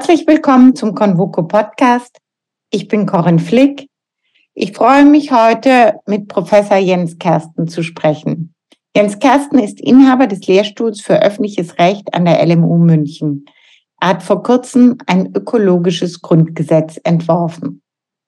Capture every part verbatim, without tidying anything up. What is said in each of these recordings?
Herzlich willkommen zum Convoco Podcast. Ich bin Corinne Flick. Ich freue mich heute mit Professor Jens Kersten zu sprechen. Jens Kersten ist Inhaber des Lehrstuhls für öffentliches Recht an der L M U München. Er hat vor kurzem ein ökologisches Grundgesetz entworfen.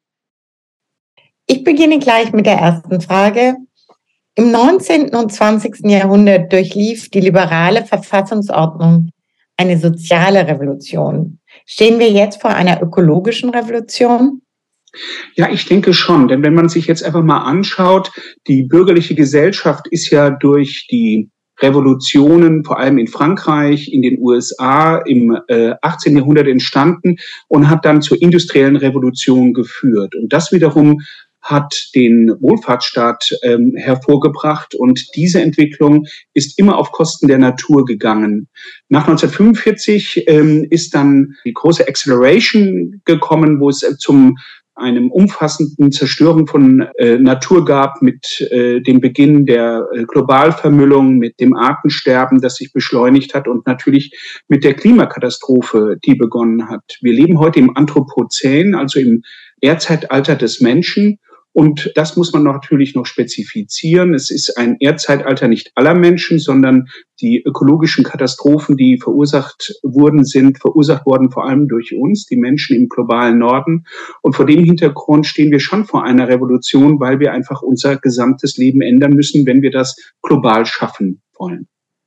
Ich beginne gleich mit der ersten Frage. Im neunzehnten und zwanzigsten Jahrhundert durchlief die liberale Verfassungsordnung eine soziale Revolution. Stehen wir jetzt vor einer ökologischen Revolution? Ja, ich denke schon, denn wenn man sich jetzt einfach mal anschaut, die bürgerliche Gesellschaft ist ja durch die Revolutionen, vor allem in Frankreich, in den U S A im äh, achtzehnten Jahrhundert entstanden und hat dann zur industriellen Revolution geführt. Und das wiederum hat den Wohlfahrtsstaat ähm, hervorgebracht und diese Entwicklung ist immer auf Kosten der Natur gegangen. Nach neunzehnhundertfünfundvierzig ähm, ist dann die große Acceleration gekommen, wo es äh, zum einem umfassenden Zerstörung von äh, Natur gab mit äh, dem Beginn der äh, Globalvermüllung, mit dem Artensterben, das sich beschleunigt hat und natürlich mit der Klimakatastrophe, die begonnen hat. Wir leben heute im Anthropozän, also im Erdzeitalter des Menschen. Und das muss man natürlich noch spezifizieren. Es ist ein Erdzeitalter nicht aller Menschen, sondern die ökologischen Katastrophen, die verursacht wurden, sind verursacht worden vor allem durch uns, die Menschen im globalen Norden. Und vor dem Hintergrund stehen wir schon vor einer Revolution, weil wir einfach unser gesamtes Leben ändern müssen, wenn wir das global schaffen wollen.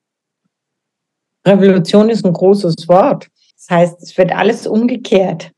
Revolution ist ein großes Wort. Das heißt, es wird alles umgekehrt.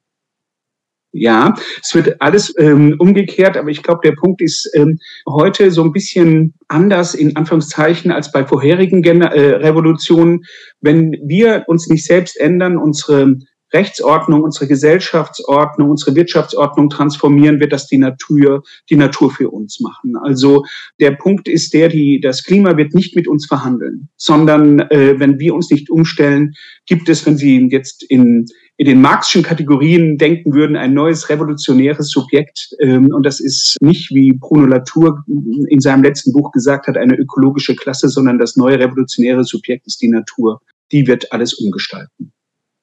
Ja, es wird alles ähm, umgekehrt, aber ich glaube, der Punkt ist ähm, heute so ein bisschen anders, in Anführungszeichen, als bei vorherigen Gen- äh, Revolutionen. Wenn wir uns nicht selbst ändern, unsere Rechtsordnung, unsere Gesellschaftsordnung, unsere Wirtschaftsordnung transformieren, wird das die Natur, die Natur für uns machen. Also der Punkt ist der, die, das Klima wird nicht mit uns verhandeln, sondern äh, wenn wir uns nicht umstellen, gibt es, wenn Sie jetzt in in den Marxischen Kategorien denken würden, ein neues revolutionäres Subjekt. Und das ist nicht, wie Bruno Latour in seinem letzten Buch gesagt hat, eine ökologische Klasse, sondern das neue revolutionäre Subjekt ist die Natur. Die wird alles umgestalten.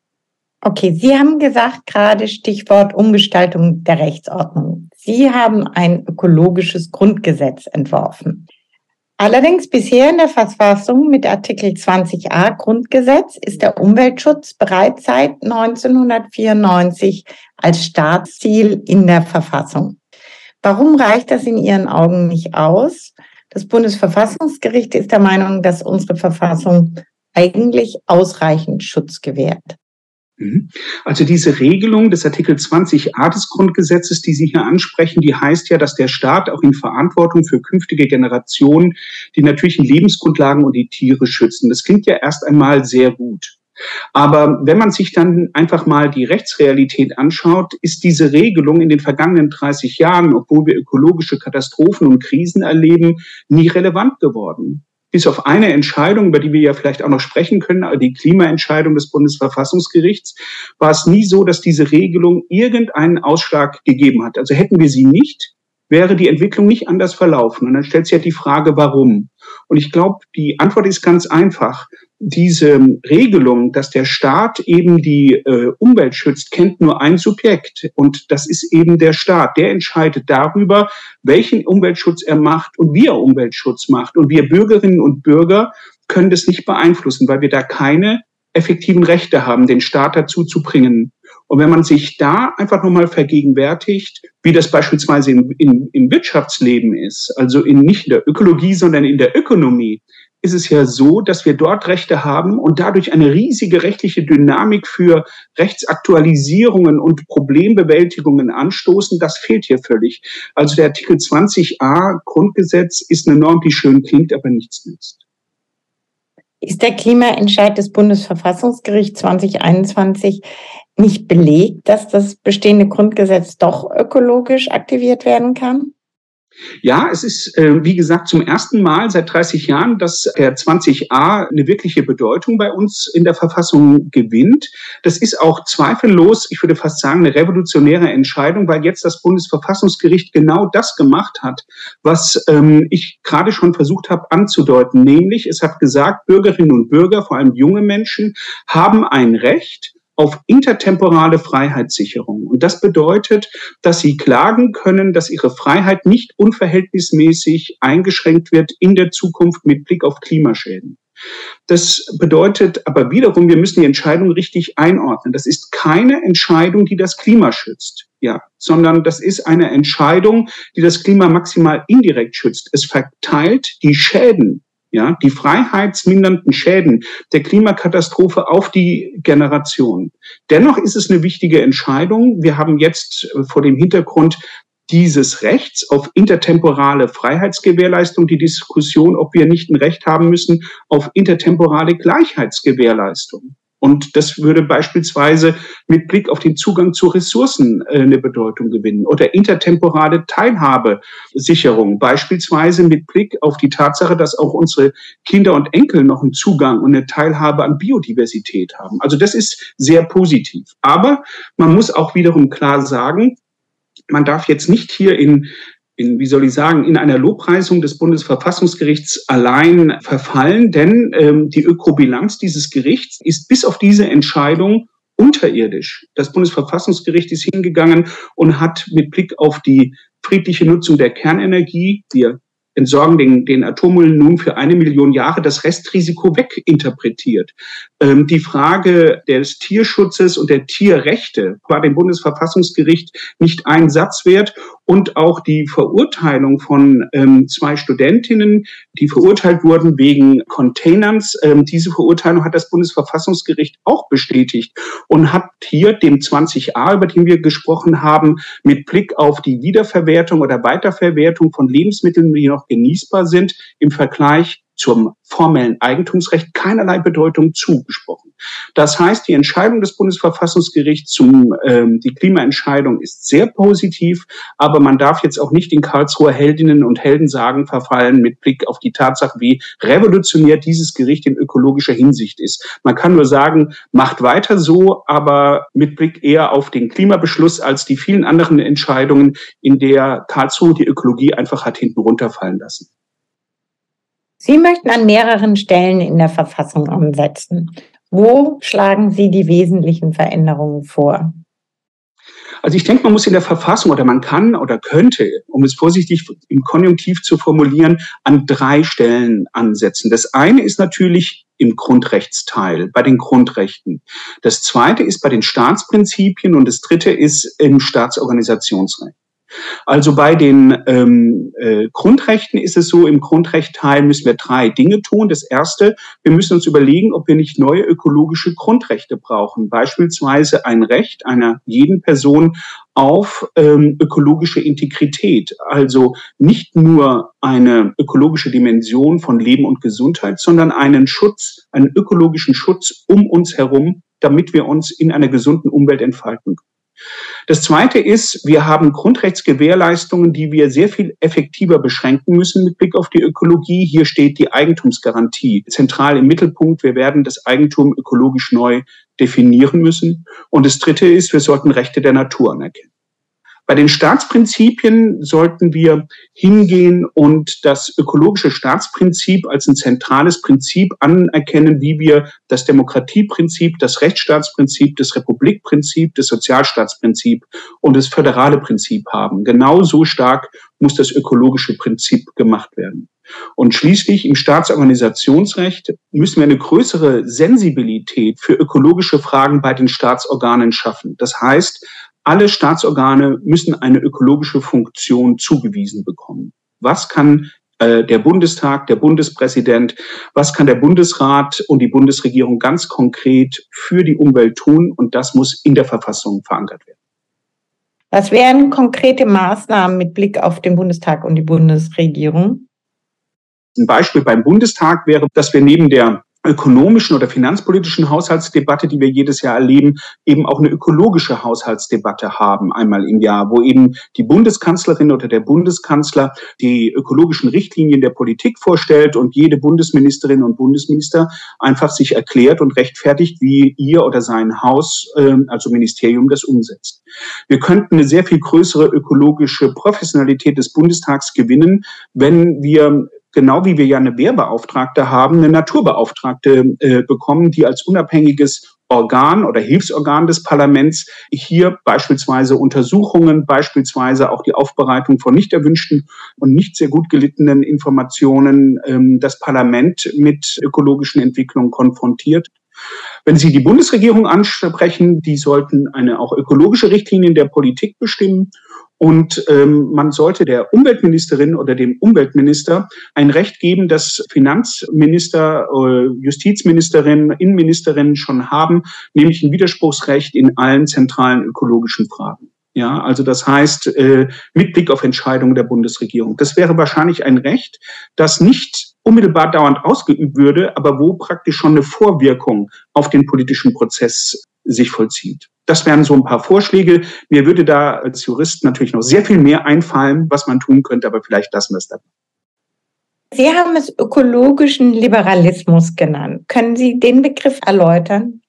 Okay, Sie haben gesagt, gerade Stichwort Umgestaltung der Rechtsordnung. Sie haben ein ökologisches Grundgesetz entworfen. Allerdings bisher in der Verfassung mit Artikel zwanzig a Grundgesetz ist der Umweltschutz bereits seit neunzehnhundertvierundneunzig als Staatsziel in der Verfassung. Warum reicht das in Ihren Augen nicht aus? Das Bundesverfassungsgericht ist der Meinung, dass unsere Verfassung eigentlich ausreichend Schutz gewährt. Also diese Regelung des Artikel zwanzig a des Grundgesetzes, die Sie hier ansprechen, die heißt ja, dass der Staat auch in Verantwortung für künftige Generationen die natürlichen Lebensgrundlagen und die Tiere schützen. Das klingt ja erst einmal sehr gut. Aber wenn man sich dann einfach mal die Rechtsrealität anschaut, ist diese Regelung in den vergangenen dreißig Jahren, obwohl wir ökologische Katastrophen und Krisen erleben, nie relevant geworden. Bis auf eine Entscheidung, über die wir ja vielleicht auch noch sprechen können, die Klimaentscheidung des Bundesverfassungsgerichts, war es nie so, dass diese Regelung irgendeinen Ausschlag gegeben hat. Also hätten wir sie nicht, wäre die Entwicklung nicht anders verlaufen. Und dann stellt sich ja die Frage, warum? Und ich glaube, die Antwort ist ganz einfach. Diese Regelung, dass der Staat eben die äh, Umwelt schützt, kennt nur ein Subjekt. Und das ist eben der Staat. Der entscheidet darüber, welchen Umweltschutz er macht und wie er Umweltschutz macht. Und wir Bürgerinnen und Bürger können das nicht beeinflussen, weil wir da keine effektiven Rechte haben, den Staat dazu zu bringen. Und wenn man sich da einfach nochmal vergegenwärtigt, wie das beispielsweise in, in, im Wirtschaftsleben ist, also in, nicht in der Ökologie, sondern in der Ökonomie, ist es ja so, dass wir dort Rechte haben und dadurch eine riesige rechtliche Dynamik für Rechtsaktualisierungen und Problembewältigungen anstoßen. Das fehlt hier völlig. Also der Artikel zwanzig a Grundgesetz ist eine Norm, die schön klingt, aber nichts nützt. Ist der Klimaentscheid des Bundesverfassungsgerichts zwanzig einundzwanzig nicht belegt, dass das bestehende Grundgesetz doch ökologisch aktiviert werden kann? Ja, es ist, äh, wie gesagt, zum ersten Mal seit dreißig Jahren, dass der zwanzig a eine wirkliche Bedeutung bei uns in der Verfassung gewinnt. Das ist auch zweifellos, ich würde fast sagen, eine revolutionäre Entscheidung, weil jetzt das Bundesverfassungsgericht genau das gemacht hat, was ähm, ich gerade schon versucht habe anzudeuten. Nämlich, es hat gesagt, Bürgerinnen und Bürger, vor allem junge Menschen, haben ein Recht auf intertemporale Freiheitssicherung. Und das bedeutet, dass sie klagen können, dass ihre Freiheit nicht unverhältnismäßig eingeschränkt wird in der Zukunft mit Blick auf Klimaschäden. Das bedeutet aber wiederum, wir müssen die Entscheidung richtig einordnen. Das ist keine Entscheidung, die das Klima schützt, ja, sondern das ist eine Entscheidung, die das Klima maximal indirekt schützt. Es verteilt die Schäden, ja, die freiheitsmindernden Schäden der Klimakatastrophe auf die Generation. Dennoch ist es eine wichtige Entscheidung. Wir haben jetzt vor dem Hintergrund dieses Rechts auf intertemporale Freiheitsgewährleistung die Diskussion, ob wir nicht ein Recht haben müssen auf intertemporale Gleichheitsgewährleistung. Und das würde beispielsweise mit Blick auf den Zugang zu Ressourcen äh, eine Bedeutung gewinnen oder intertemporale Teilhabesicherung, beispielsweise mit Blick auf die Tatsache, dass auch unsere Kinder und Enkel noch einen Zugang und eine Teilhabe an Biodiversität haben. Also das ist sehr positiv. Aber man muss auch wiederum klar sagen, man darf jetzt nicht hier in, in, wie soll ich sagen, in einer Lobpreisung des Bundesverfassungsgerichts allein verfallen, denn ähm, die Ökobilanz dieses Gerichts ist bis auf diese Entscheidung unterirdisch. Das Bundesverfassungsgericht ist hingegangen und hat mit Blick auf die friedliche Nutzung der Kernenergie, wir entsorgen den, den Atommüll nun für eine Million Jahre, das Restrisiko weginterpretiert. Ähm, die Frage des Tierschutzes und der Tierrechte war dem Bundesverfassungsgericht nicht ein Satz wert und auch die Verurteilung von ähm, zwei Studentinnen, die verurteilt wurden wegen Containers. Ähm, diese Verurteilung hat das Bundesverfassungsgericht auch bestätigt und hat hier dem zwanzig a, über den wir gesprochen haben, mit Blick auf die Wiederverwertung oder Weiterverwertung von Lebensmitteln, die noch genießbar sind, im Vergleich zum formellen Eigentumsrecht keinerlei Bedeutung zugesprochen. Das heißt, die Entscheidung des Bundesverfassungsgerichts zum ähm, die Klimaentscheidung ist sehr positiv, aber man darf jetzt auch nicht in Karlsruher Heldinnen und Heldensagen verfallen mit Blick auf die Tatsache, wie revolutionär dieses Gericht in ökologischer Hinsicht ist. Man kann nur sagen, macht weiter so, aber mit Blick eher auf den Klimabeschluss als die vielen anderen Entscheidungen, in der Karlsruhe die Ökologie einfach hat hinten runterfallen lassen. Sie möchten an mehreren Stellen in der Verfassung umsetzen. Wo schlagen Sie die wesentlichen Veränderungen vor? Also ich denke, man muss in der Verfassung oder man kann oder könnte, um es vorsichtig im Konjunktiv zu formulieren, an drei Stellen ansetzen. Das eine ist natürlich im Grundrechtsteil, bei den Grundrechten. Das zweite ist bei den Staatsprinzipien und das dritte ist im Staatsorganisationsrecht. Also bei den ähm, äh, Grundrechten ist es so, im Grundrechtteil müssen wir drei Dinge tun. Das erste, wir müssen uns überlegen, ob wir nicht neue ökologische Grundrechte brauchen. Beispielsweise ein Recht einer jeden Person auf ähm, ökologische Integrität. Also nicht nur eine ökologische Dimension von Leben und Gesundheit, sondern einen Schutz, einen ökologischen Schutz um uns herum, damit wir uns in einer gesunden Umwelt entfalten können. Das Zweite ist, wir haben Grundrechtsgewährleistungen, die wir sehr viel effektiver beschränken müssen mit Blick auf die Ökologie. Hier steht die Eigentumsgarantie zentral im Mittelpunkt. Wir werden das Eigentum ökologisch neu definieren müssen. Und das Dritte ist, wir sollten Rechte der Natur anerkennen. Bei den Staatsprinzipien sollten wir hingehen und das ökologische Staatsprinzip als ein zentrales Prinzip anerkennen, wie wir das Demokratieprinzip, das Rechtsstaatsprinzip, das Republikprinzip, das Sozialstaatsprinzip und das föderale Prinzip haben. Genauso stark muss das ökologische Prinzip gemacht werden. Und schließlich im Staatsorganisationsrecht müssen wir eine größere Sensibilität für ökologische Fragen bei den Staatsorganen schaffen. Das heißt, alle Staatsorgane müssen eine ökologische Funktion zugewiesen bekommen. Was kann äh, der Bundestag, der Bundespräsident, was kann der Bundesrat und die Bundesregierung ganz konkret für die Umwelt tun? Und das muss in der Verfassung verankert werden. Was wären konkrete Maßnahmen mit Blick auf den Bundestag und die Bundesregierung? Ein Beispiel beim Bundestag wäre, dass wir neben der ökonomischen oder finanzpolitischen Haushaltsdebatte, die wir jedes Jahr erleben, eben auch eine ökologische Haushaltsdebatte haben, einmal im Jahr, wo eben die Bundeskanzlerin oder der Bundeskanzler die ökologischen Richtlinien der Politik vorstellt und jede Bundesministerin und Bundesminister einfach sich erklärt und rechtfertigt, wie ihr oder sein Haus, also Ministerium, das umsetzt. Wir könnten eine sehr viel größere ökologische Professionalität des Bundestags gewinnen, wenn wir genau wie wir ja eine Wehrbeauftragte haben, eine Naturbeauftragte äh, bekommen, die als unabhängiges Organ oder Hilfsorgan des Parlaments hier beispielsweise Untersuchungen, beispielsweise auch die Aufbereitung von nicht erwünschten und nicht sehr gut gelittenen Informationen ähm, das Parlament mit ökologischen Entwicklungen konfrontiert. Wenn Sie die Bundesregierung ansprechen, die sollten eine auch ökologische Richtlinie der Politik bestimmen. Und ähm, man sollte der Umweltministerin oder dem Umweltminister ein Recht geben, das Finanzminister, äh, Justizministerin, Innenministerin schon haben, nämlich ein Widerspruchsrecht in allen zentralen ökologischen Fragen. Ja, also das heißt, äh, mit Blick auf Entscheidungen der Bundesregierung. Das wäre wahrscheinlich ein Recht, das nicht unmittelbar dauernd ausgeübt würde, aber wo praktisch schon eine Vorwirkung auf den politischen Prozess sich vollzieht. Das wären so ein paar Vorschläge. Mir würde da als Jurist natürlich noch sehr viel mehr einfallen, was man tun könnte, aber vielleicht lassen wir es dabei. Sie haben es ökologischen Liberalismus genannt. Können Sie den Begriff erläutern?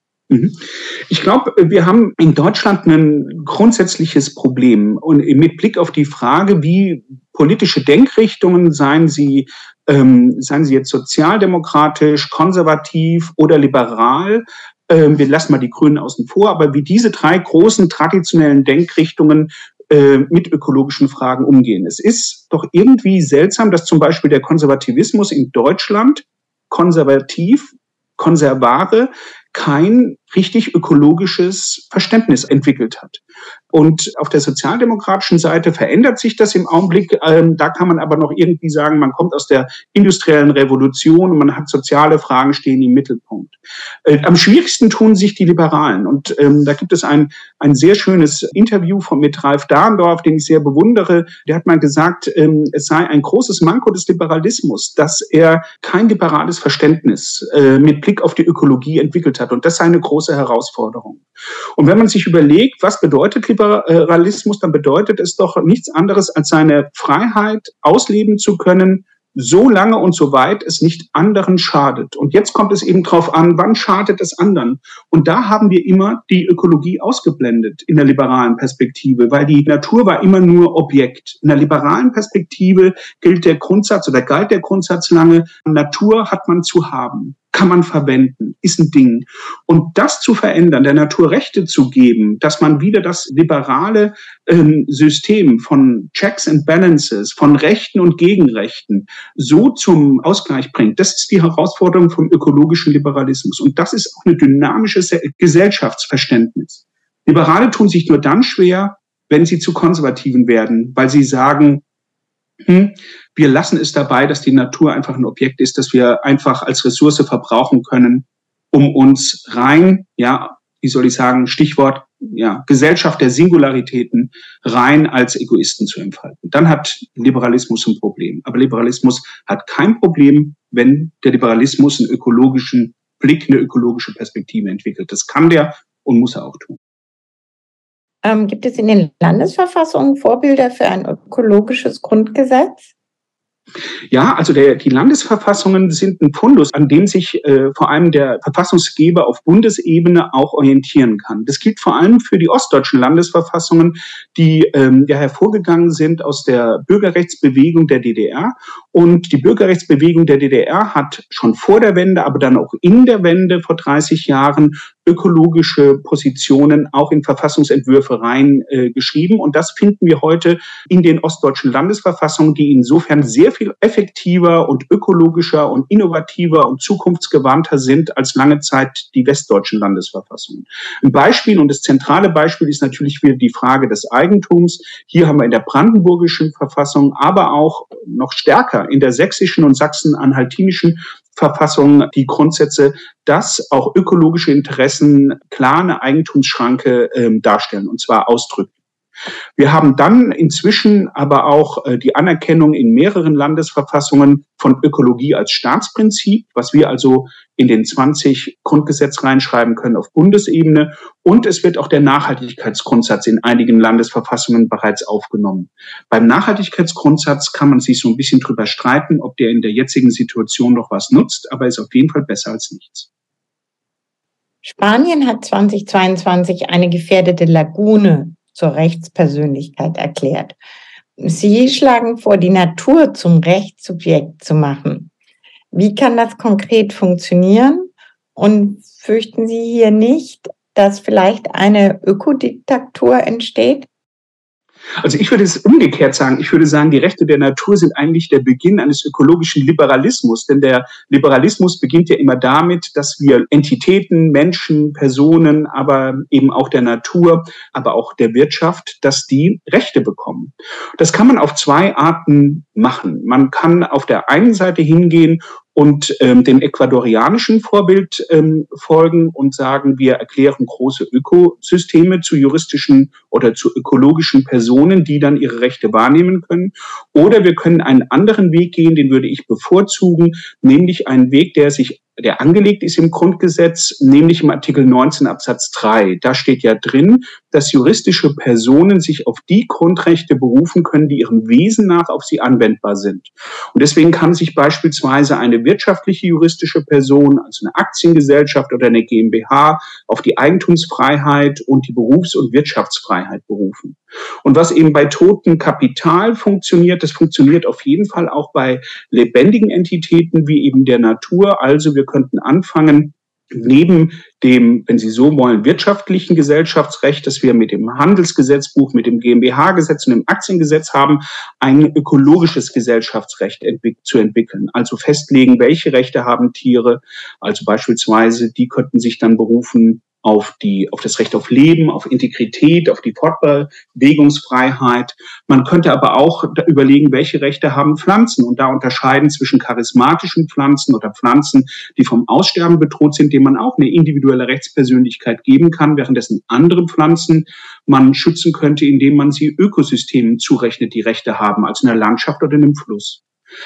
Ich glaube, wir haben in Deutschland ein grundsätzliches Problem. Und mit Blick auf die Frage, wie politische Denkrichtungen, seien sie, ähm, seien sie jetzt sozialdemokratisch, konservativ oder liberal, ähm, wir lassen mal die Grünen außen vor, aber wie diese drei großen traditionellen Denkrichtungen äh, mit ökologischen Fragen umgehen. Es ist doch irgendwie seltsam, dass zum Beispiel der Konservativismus in Deutschland konservativ, konservare, kein richtig ökologisches Verständnis entwickelt hat. Und auf der sozialdemokratischen Seite verändert sich das im Augenblick. Ähm, da kann man aber noch irgendwie sagen, man kommt aus der industriellen Revolution und man hat soziale Fragen stehen im Mittelpunkt. Äh, am schwierigsten tun sich die Liberalen. Und ähm, da gibt es ein, ein sehr schönes Interview von mit Ralf Dahrendorf, den ich sehr bewundere. Der hat mal gesagt, ähm, es sei ein großes Manko des Liberalismus, dass er kein liberales Verständnis äh, mit Blick auf die Ökologie entwickelt hat. Und das sei eine große Herausforderung. Und wenn man sich überlegt, was bedeutet Liberalismus, dann bedeutet es doch nichts anderes, als seine Freiheit ausleben zu können, so lange und so weit es nicht anderen schadet. Und jetzt kommt es eben drauf an, wann schadet es anderen? Und da haben wir immer die Ökologie ausgeblendet in der liberalen Perspektive, weil die Natur war immer nur Objekt. In der liberalen Perspektive gilt der Grundsatz oder galt der Grundsatz lange, Natur hat man zu haben, kann man verwenden, ist ein Ding. Und das zu verändern, der Natur Rechte zu geben, dass man wieder das liberale ähm, System von Checks and Balances, von Rechten und Gegenrechten so zum Ausgleich bringt, das ist die Herausforderung vom ökologischen Liberalismus. Und das ist auch ein dynamisches Gesellschaftsverständnis. Liberale tun sich nur dann schwer, wenn sie zu Konservativen werden, weil sie sagen, hm, wir lassen es dabei, dass die Natur einfach ein Objekt ist, das wir einfach als Ressource verbrauchen können, um uns rein, ja, wie soll ich sagen, Stichwort, ja, Gesellschaft der Singularitäten, rein als Egoisten zu entfalten. Dann hat Liberalismus ein Problem. Aber Liberalismus hat kein Problem, wenn der Liberalismus einen ökologischen Blick, eine ökologische Perspektive entwickelt. Das kann der und muss er auch tun. Ähm, gibt es in den Landesverfassungen Vorbilder für ein ökologisches Grundgesetz? Ja, also der, die Landesverfassungen sind ein Fundus, an dem sich äh, vor allem der Verfassungsgeber auf Bundesebene auch orientieren kann. Das gilt vor allem für die ostdeutschen Landesverfassungen, die ähm, ja hervorgegangen sind aus der Bürgerrechtsbewegung der D D R. Und die Bürgerrechtsbewegung der D D R hat schon vor der Wende, aber dann auch in der Wende vor dreißig Jahren ökologische Positionen auch in Verfassungsentwürfe rein äh, geschrieben. Und das finden wir heute in den ostdeutschen Landesverfassungen, die insofern sehr viel effektiver und ökologischer und innovativer und zukunftsgewandter sind als lange Zeit die westdeutschen Landesverfassungen. Ein Beispiel und das zentrale Beispiel ist natürlich wieder die Frage des Eigentums. Hier haben wir in der brandenburgischen Verfassung, aber auch noch stärker in der sächsischen und sachsen-anhaltinischen Verfassung die Grundsätze, dass auch ökologische Interessen klar eine Eigentumsschranke ähm, darstellen, und zwar ausdrücklich. Wir haben dann inzwischen aber auch äh, die Anerkennung in mehreren Landesverfassungen von Ökologie als Staatsprinzip, was wir also in den zwanzig Grundgesetz reinschreiben können auf Bundesebene. Und es wird auch der Nachhaltigkeitsgrundsatz in einigen Landesverfassungen bereits aufgenommen. Beim Nachhaltigkeitsgrundsatz kann man sich so ein bisschen drüber streiten, ob der in der jetzigen Situation noch was nutzt, aber ist auf jeden Fall besser als nichts. Spanien hat zweitausendzweiundzwanzig eine gefährdete Lagune zur Rechtspersönlichkeit erklärt. Sie schlagen vor, die Natur zum Rechtssubjekt zu machen. Wie kann das konkret funktionieren Und fürchten Sie hier nicht, dass vielleicht eine Ökodiktatur entsteht? Also ich würde es umgekehrt sagen. Ich würde sagen, die Rechte der Natur sind eigentlich der Beginn eines ökologischen Liberalismus. Denn der Liberalismus beginnt ja immer damit, dass wir Entitäten, Menschen, Personen, aber eben auch der Natur, aber auch der Wirtschaft, dass die Rechte bekommen. Das kann man auf zwei Arten machen. Man kann auf der einen Seite hingehen und ähm, dem ecuadorianischen Vorbild ähm, folgen und sagen, wir erklären große Ökosysteme zu juristischen oder zu ökologischen Personen, die dann ihre Rechte wahrnehmen können. Oder wir können einen anderen Weg gehen, den würde ich bevorzugen, nämlich einen Weg, der sich der angelegt ist im Grundgesetz, nämlich im Artikel neunzehn Absatz drei. Da steht ja drin, dass juristische Personen sich auf die Grundrechte berufen können, die ihrem Wesen nach auf sie anwendbar sind. Und deswegen kann sich beispielsweise eine wirtschaftliche juristische Person, also eine Aktiengesellschaft oder eine GmbH, auf die Eigentumsfreiheit und die Berufs- und Wirtschaftsfreiheit berufen. Und was eben bei totem Kapital funktioniert, das funktioniert auf jeden Fall auch bei lebendigen Entitäten wie eben der Natur. Also wir könnten anfangen, neben dem, wenn Sie so wollen, wirtschaftlichen Gesellschaftsrecht, das wir mit dem Handelsgesetzbuch, mit dem GmbH-Gesetz und dem Aktiengesetz haben, ein ökologisches Gesellschaftsrecht entwick- zu entwickeln. Also festlegen, welche Rechte haben Tiere. Also beispielsweise, die könnten sich dann berufen auf die, auf das Recht auf Leben, auf Integrität, auf die Fortbewegungsfreiheit. Man könnte aber auch überlegen, welche Rechte haben Pflanzen und da unterscheiden zwischen charismatischen Pflanzen oder Pflanzen, die vom Aussterben bedroht sind, denen man auch eine individuelle Rechtspersönlichkeit geben kann, währenddessen andere Pflanzen man schützen könnte, indem man sie Ökosystemen zurechnet, die Rechte haben, also in der Landschaft oder in einem Fluss.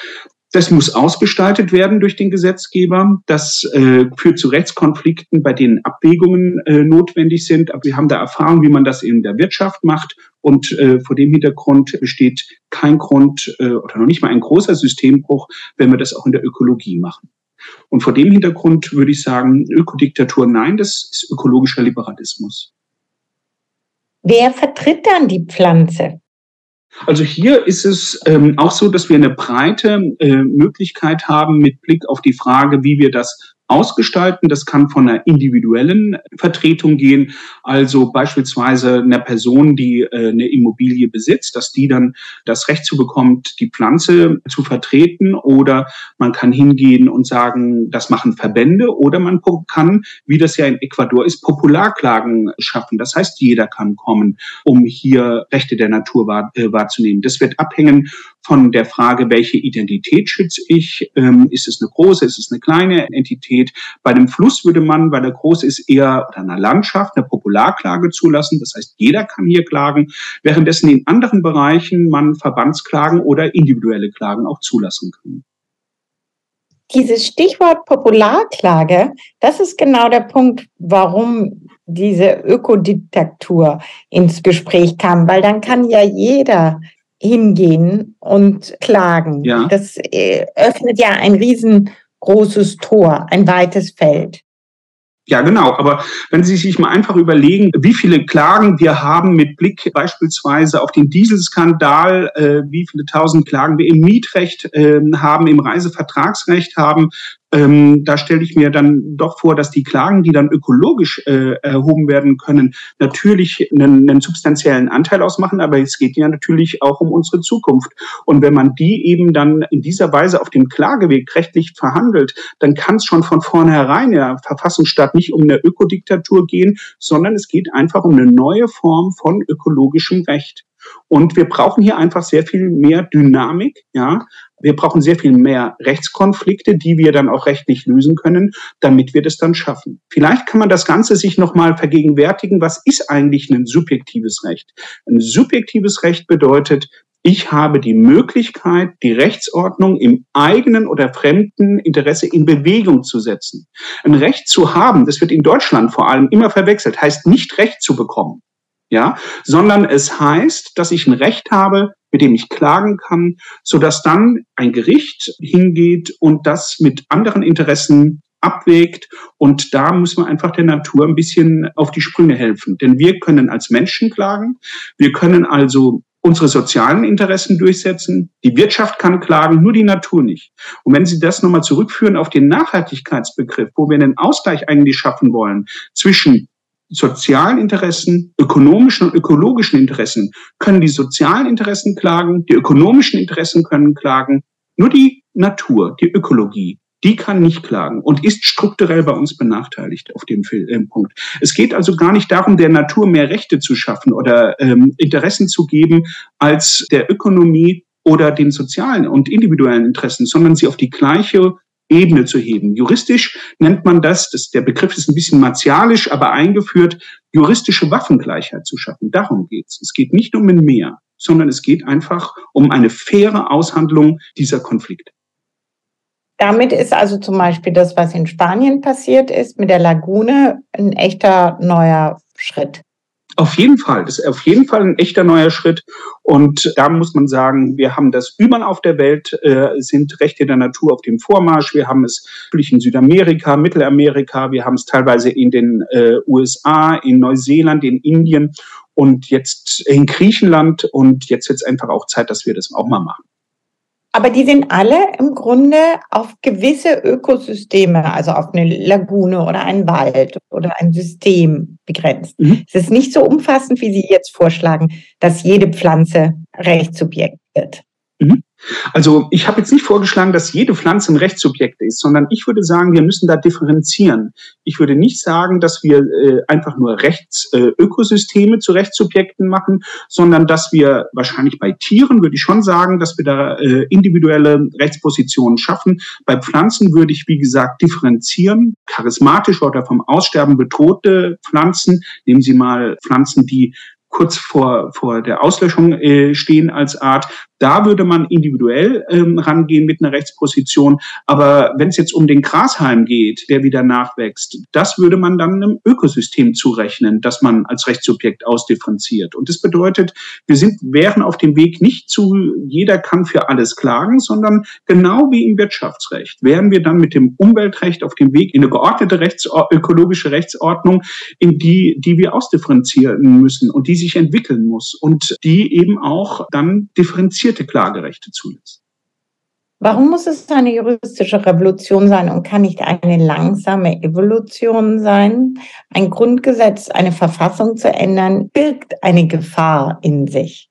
Das muss ausgestaltet werden durch den Gesetzgeber. Das äh, führt zu Rechtskonflikten, bei denen Abwägungen äh, notwendig sind. Aber wir haben da Erfahrung, wie man das in der Wirtschaft macht. Und äh, vor dem Hintergrund besteht kein Grund äh, oder noch nicht mal ein großer Systembruch, wenn wir das auch in der Ökologie machen. Und vor dem Hintergrund würde ich sagen, Ökodiktatur nein, das ist ökologischer Liberalismus. Wer vertritt dann die Pflanze? Also hier ist es ähm, auch so, dass wir eine breite äh, Möglichkeit haben mit Blick auf die Frage, wie wir das ausgestalten. Das kann von einer individuellen Vertretung gehen, also beispielsweise einer Person, die äh, eine Immobilie besitzt, dass die dann das Recht zu bekommt, die Pflanze zu vertreten, oder man kann hingehen und sagen, das machen Verbände, oder man kann, wie das ja in Ecuador ist, Popularklagen schaffen. Das heißt, jeder kann kommen, um hier Rechte der Natur wahr, äh, wahrzunehmen. Das wird abhängen von der Frage, welche Identität schütze ich? Ähm, ist es eine große, ist es eine kleine Entität? Bei einem Fluss würde man, weil er groß ist, eher oder einer Landschaft eine Popularklage zulassen. Das heißt, jeder kann hier klagen, währenddessen in anderen Bereichen man Verbandsklagen oder individuelle Klagen auch zulassen kann. Dieses Stichwort Popularklage, das ist genau der Punkt, warum diese Ökodiktatur ins Gespräch kam, weil dann kann ja jeder hingehen und klagen. Ja. Das äh, öffnet ja ein riesengroßes Tor, ein weites Feld. Ja, genau. Aber wenn Sie sich mal einfach überlegen, wie viele Klagen wir haben mit Blick beispielsweise auf den Dieselskandal, äh, wie viele tausend Klagen wir im Mietrecht äh, haben, im Reisevertragsrecht haben, ähm, da stelle ich mir dann doch vor, dass die Klagen, die dann ökologisch äh, erhoben werden können, natürlich einen, einen substanziellen Anteil ausmachen. Aber es geht ja natürlich auch um unsere Zukunft. Und wenn man die eben dann in dieser Weise auf dem Klageweg rechtlich verhandelt, dann kann es schon von vornherein in der Verfassungsstaat nicht um eine Ökodiktatur gehen, sondern es geht einfach um eine neue Form von ökologischem Recht. Und wir brauchen hier einfach sehr viel mehr Dynamik, ja. Wir brauchen sehr viel mehr Rechtskonflikte, die wir dann auch rechtlich lösen können, damit wir das dann schaffen. Vielleicht kann man das Ganze sich nochmal vergegenwärtigen. Was ist eigentlich ein subjektives Recht? Ein subjektives Recht bedeutet, ich habe die Möglichkeit, die Rechtsordnung im eigenen oder fremden Interesse in Bewegung zu setzen. Ein Recht zu haben, das wird in Deutschland vor allem immer verwechselt, heißt nicht Recht zu bekommen. Ja, sondern es heißt, dass ich ein Recht habe, mit dem ich klagen kann, sodass dann ein Gericht hingeht und das mit anderen Interessen abwägt. Und da muss man einfach der Natur ein bisschen auf die Sprünge helfen. Denn wir können als Menschen klagen. Wir können also unsere sozialen Interessen durchsetzen, die Wirtschaft kann klagen, nur die Natur nicht. Und wenn Sie das nochmal zurückführen auf den Nachhaltigkeitsbegriff, wo wir einen Ausgleich eigentlich schaffen wollen zwischen sozialen Interessen, ökonomischen und ökologischen Interessen, können die sozialen Interessen klagen, die ökonomischen Interessen können klagen, nur die Natur, die Ökologie, die kann nicht klagen und ist strukturell bei uns benachteiligt auf dem Punkt. Es geht also gar nicht darum, der Natur mehr Rechte zu schaffen oder ähm, Interessen zu geben als der Ökonomie oder den sozialen und individuellen Interessen, sondern sie auf die gleiche Ebene zu heben. Juristisch nennt man das, das der Begriff ist ein bisschen martialisch, aber eingeführt, juristische Waffengleichheit zu schaffen. Darum geht's. Es geht nicht um ein Mehr, sondern es geht einfach um eine faire Aushandlung dieser Konflikte. Damit ist also zum Beispiel das, was in Spanien passiert ist, mit der Lagune ein echter neuer Schritt. Auf jeden Fall, das ist auf jeden Fall ein echter neuer Schritt. Und da muss man sagen, wir haben das überall auf der Welt, äh, sind Rechte der Natur auf dem Vormarsch. Wir haben es natürlich in Südamerika, Mittelamerika, wir haben es teilweise in den äh, U S A, in Neuseeland, in Indien und jetzt in Griechenland. Und jetzt wird es einfach auch Zeit, dass wir das auch mal machen. Aber die sind alle im Grunde auf gewisse Ökosysteme, also auf eine Lagune oder einen Wald oder ein System begrenzt. Mhm. Es ist nicht so umfassend, wie Sie jetzt vorschlagen, dass jede Pflanze Rechtssubjekt wird. Mhm. Also ich habe jetzt nicht vorgeschlagen, dass jede Pflanze ein Rechtssubjekt ist, sondern ich würde sagen, wir müssen da differenzieren. Ich würde nicht sagen, dass wir äh, einfach nur Rechtsökosysteme äh, zu Rechtssubjekten machen, sondern dass wir wahrscheinlich bei Tieren, würde ich schon sagen, dass wir da äh, individuelle Rechtspositionen schaffen. Bei Pflanzen würde ich, wie gesagt, differenzieren. Charismatische oder vom Aussterben bedrohte Pflanzen, nehmen Sie mal Pflanzen, die kurz vor, vor der Auslöschung äh, stehen als Art. Da würde man individuell ähm, rangehen mit einer Rechtsposition. Aber wenn es jetzt um den Grashalm geht, der wieder nachwächst, das würde man dann einem Ökosystem zurechnen, das man als Rechtssubjekt ausdifferenziert. Und das bedeutet, wir sind, wären auf dem Weg nicht zu, jeder kann für alles klagen, sondern genau wie im Wirtschaftsrecht wären wir dann mit dem Umweltrecht auf dem Weg in eine geordnete Rechts, ökologische Rechtsordnung, in die, die wir ausdifferenzieren müssen und die sich entwickeln muss und die eben auch dann differenzierte Klagerechte zulässt. Warum muss es eine juristische Revolution sein und kann nicht eine langsame Evolution sein? Ein Grundgesetz, eine Verfassung zu ändern, birgt eine Gefahr in sich.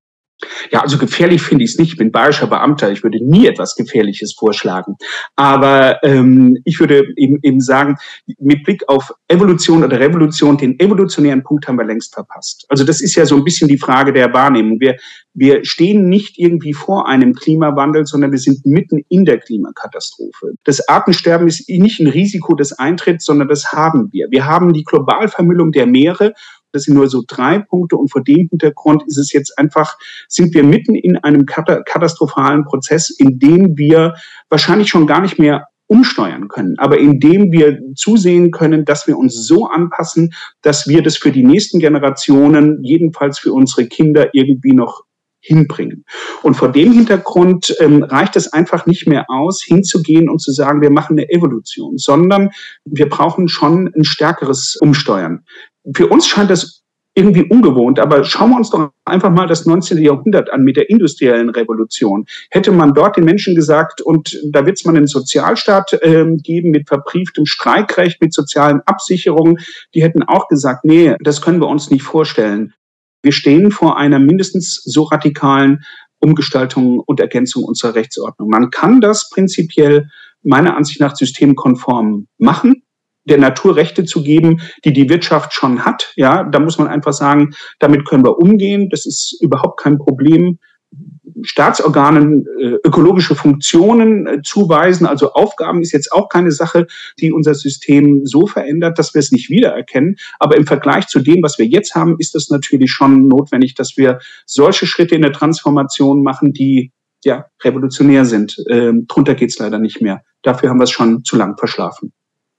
Ja, also gefährlich finde ich es nicht. Ich bin bayerischer Beamter. Ich würde nie etwas Gefährliches vorschlagen. Aber ähm, ich würde eben, eben sagen, mit Blick auf Evolution oder Revolution, den evolutionären Punkt haben wir längst verpasst. Also das ist ja so ein bisschen die Frage der Wahrnehmung. Wir, wir stehen nicht irgendwie vor einem Klimawandel, sondern wir sind mitten in der Klimakatastrophe. Das Artensterben ist nicht ein Risiko, das eintritt, sondern das haben wir. Wir haben die Globalvermüllung der Meere. Das sind nur so drei Punkte und vor dem Hintergrund ist es jetzt einfach, sind wir mitten in einem katastrophalen Prozess, in dem wir wahrscheinlich schon gar nicht mehr umsteuern können, aber in dem wir zusehen können, dass wir uns so anpassen, dass wir das für die nächsten Generationen, jedenfalls für unsere Kinder, irgendwie noch hinbringen. Und vor dem Hintergrund ähm, reicht es einfach nicht mehr aus, hinzugehen und zu sagen, wir machen eine Evolution, sondern wir brauchen schon ein stärkeres Umsteuern. Für uns scheint das irgendwie ungewohnt, aber schauen wir uns doch einfach mal das neunzehnte Jahrhundert an mit der industriellen Revolution. Hätte man dort den Menschen gesagt, und da wird es mal einen Sozialstaat äh, geben mit verbrieftem Streikrecht, mit sozialen Absicherungen, die hätten auch gesagt, nee, das können wir uns nicht vorstellen. Wir stehen vor einer mindestens so radikalen Umgestaltung und Ergänzung unserer Rechtsordnung. Man kann das prinzipiell meiner Ansicht nach systemkonform machen, der Natur Rechte zu geben, die die Wirtschaft schon hat. Ja, da muss man einfach sagen, damit können wir umgehen. Das ist überhaupt kein Problem. Staatsorganen äh, ökologische Funktionen äh, zuweisen, also Aufgaben, ist jetzt auch keine Sache, die unser System so verändert, dass wir es nicht wiedererkennen. Aber im Vergleich zu dem, was wir jetzt haben, ist es natürlich schon notwendig, dass wir solche Schritte in der Transformation machen, die ja revolutionär sind. Ähm, drunter geht's leider nicht mehr. Dafür haben wir es schon zu lang verschlafen.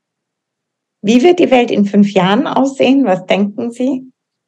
Wie wird die Welt in fünf Jahren aussehen? Was denken Sie?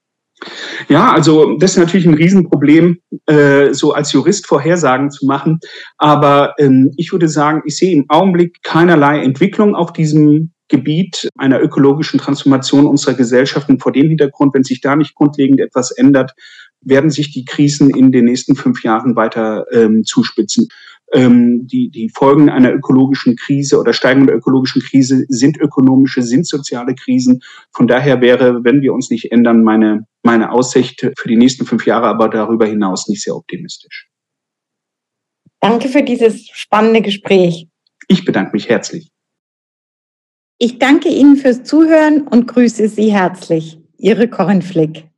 Ja, also das ist natürlich ein Riesenproblem, äh, so als Jurist Vorhersagen zu machen. Aber ähm, ich würde sagen, ich sehe im Augenblick keinerlei Entwicklung auf diesem Gebiet einer ökologischen Transformation unserer Gesellschaft. Und vor dem Hintergrund, wenn sich da nicht grundlegend etwas ändert, werden sich die Krisen in den nächsten fünf Jahren weiter ähm, zuspitzen. Ähm, die, die Folgen einer ökologischen Krise oder steigender ökologischen Krise sind ökonomische, sind soziale Krisen. Von daher wäre, wenn wir uns nicht ändern, meine, meine Aussicht für die nächsten fünf Jahre, aber darüber hinaus nicht sehr optimistisch. Danke für dieses spannende Gespräch. Ich bedanke mich herzlich. Ich danke Ihnen fürs Zuhören und grüße Sie herzlich. Ihre Corinne Flick.